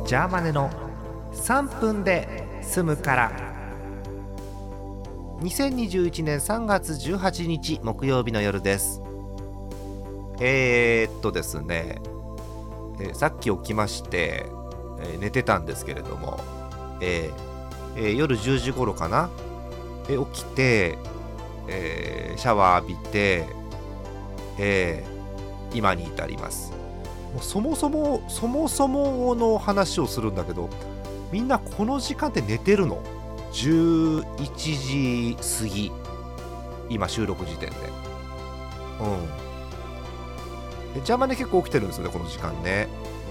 ジャーマネの3分で済むから。2021年3月18日木曜日の夜です。ですね、さっき起きまして、寝てたんですけれども、夜10時頃かな、起きて、シャワー浴びて、今に至ります。もうそもそもの話をするんだけど、みんなこの時間って寝てるの？11時過ぎ、今収録時点で。ジャーマネ結構起きてるんですよね、この時間ね。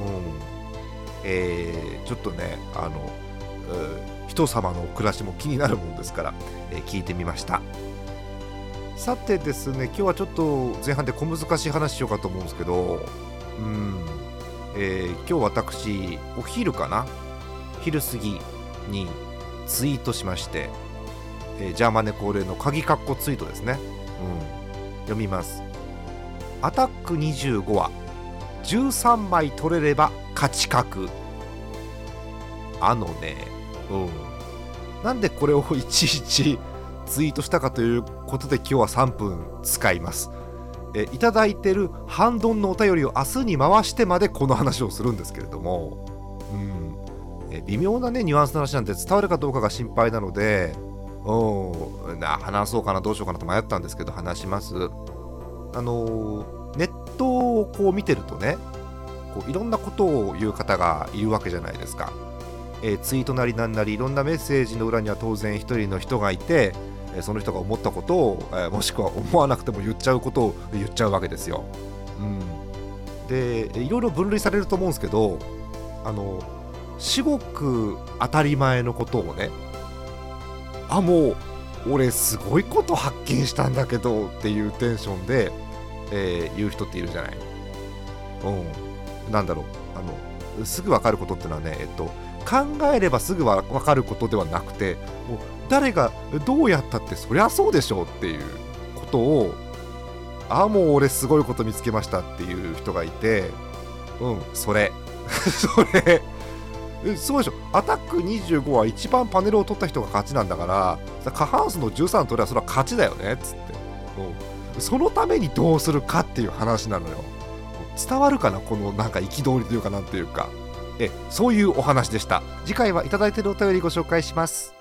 ちょっとね、人様の暮らしも気になるもんですから、聞いてみました。さてですね、今日はちょっと前半で小難しい話しようかと思うんですけど、今日私お昼かな、昼過ぎにツイートしまして、ジャーマネ恒例の鍵括弧ツイートですね。読みます。アタック25は13枚取れれば勝ち確。なんでこれをいちいちツイートしたかということで、今日は3分使います。いただいてる半ドンのお便りを明日に回してまでこの話をするんですけれども、微妙なねニュアンスの話なんで伝わるかどうかが心配なので、話そうかなどうしようかなと迷ったんですけど、話します。ネットをこう見てるとね、こういろんなことを言う方がいるわけじゃないですか。ツイートなりなんなり、いろんなメッセージの裏には当然一人の人がいて、その人が思ったことを、もしくは思わなくても言っちゃうことを言っちゃうわけですよ。でいろいろ分類されると思うんですけど、至極当たり前のことをね、もう俺すごいこと発見したんだけどっていうテンションで、言う人っているじゃない。なんだろう、すぐ分かることってのはね、考えればすぐ分かることではなくて、もう誰がどうやったってそりゃそうでしょうっていうことを、もう俺すごいこと見つけましたっていう人がいて、それそうでしょ。アタック25は一番パネルを取った人が勝ちなんだから、過半数の13取ればそれは勝ちだよねっつって、そのためにどうするかっていう話なのよ。伝わるかな、このなんか憤りというかなんていうか、そういうお話でした。次回はいただいているお便りご紹介します。